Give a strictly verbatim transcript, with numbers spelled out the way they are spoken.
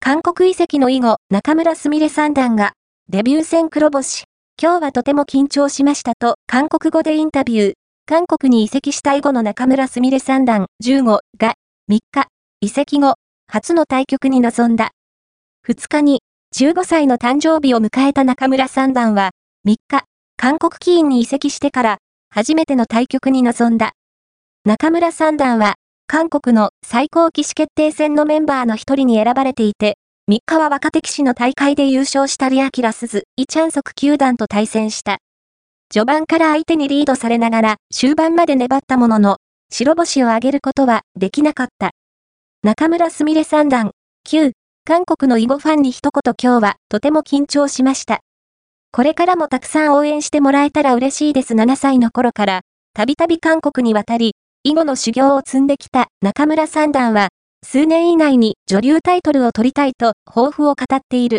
韓国移籍の囲碁、仲邑菫三段が、デビュー戦黒星。今日はとても緊張しましたと、韓国語でインタビュー。韓国に移籍した囲碁の仲邑菫三段じゅうごが、みっか、移籍後、初の対局に臨んだ。ふつかに、じゅうごさいの誕生日を迎えた仲邑三段は、みっか、韓国棋院に移籍してから、初めての対局に臨んだ。仲邑三段は、韓国の最高棋士決定戦のメンバーの一人に選ばれていて、みっかは若手棋士の大会で優勝したリアキラスズ、イ・チャンソク九段と対戦した。序盤から相手にリードされながら終盤まで粘ったものの、白星を挙げることはできなかった。仲邑菫三段、きゅう、韓国の囲碁ファンに一言今日はとても緊張しました。これからもたくさん応援してもらえたら嬉しいです。ななさいの頃から、たびたび韓国に渡り、囲碁の修行を積んできた仲邑三段は、数年以内に女流タイトルを取りたいと抱負を語っている。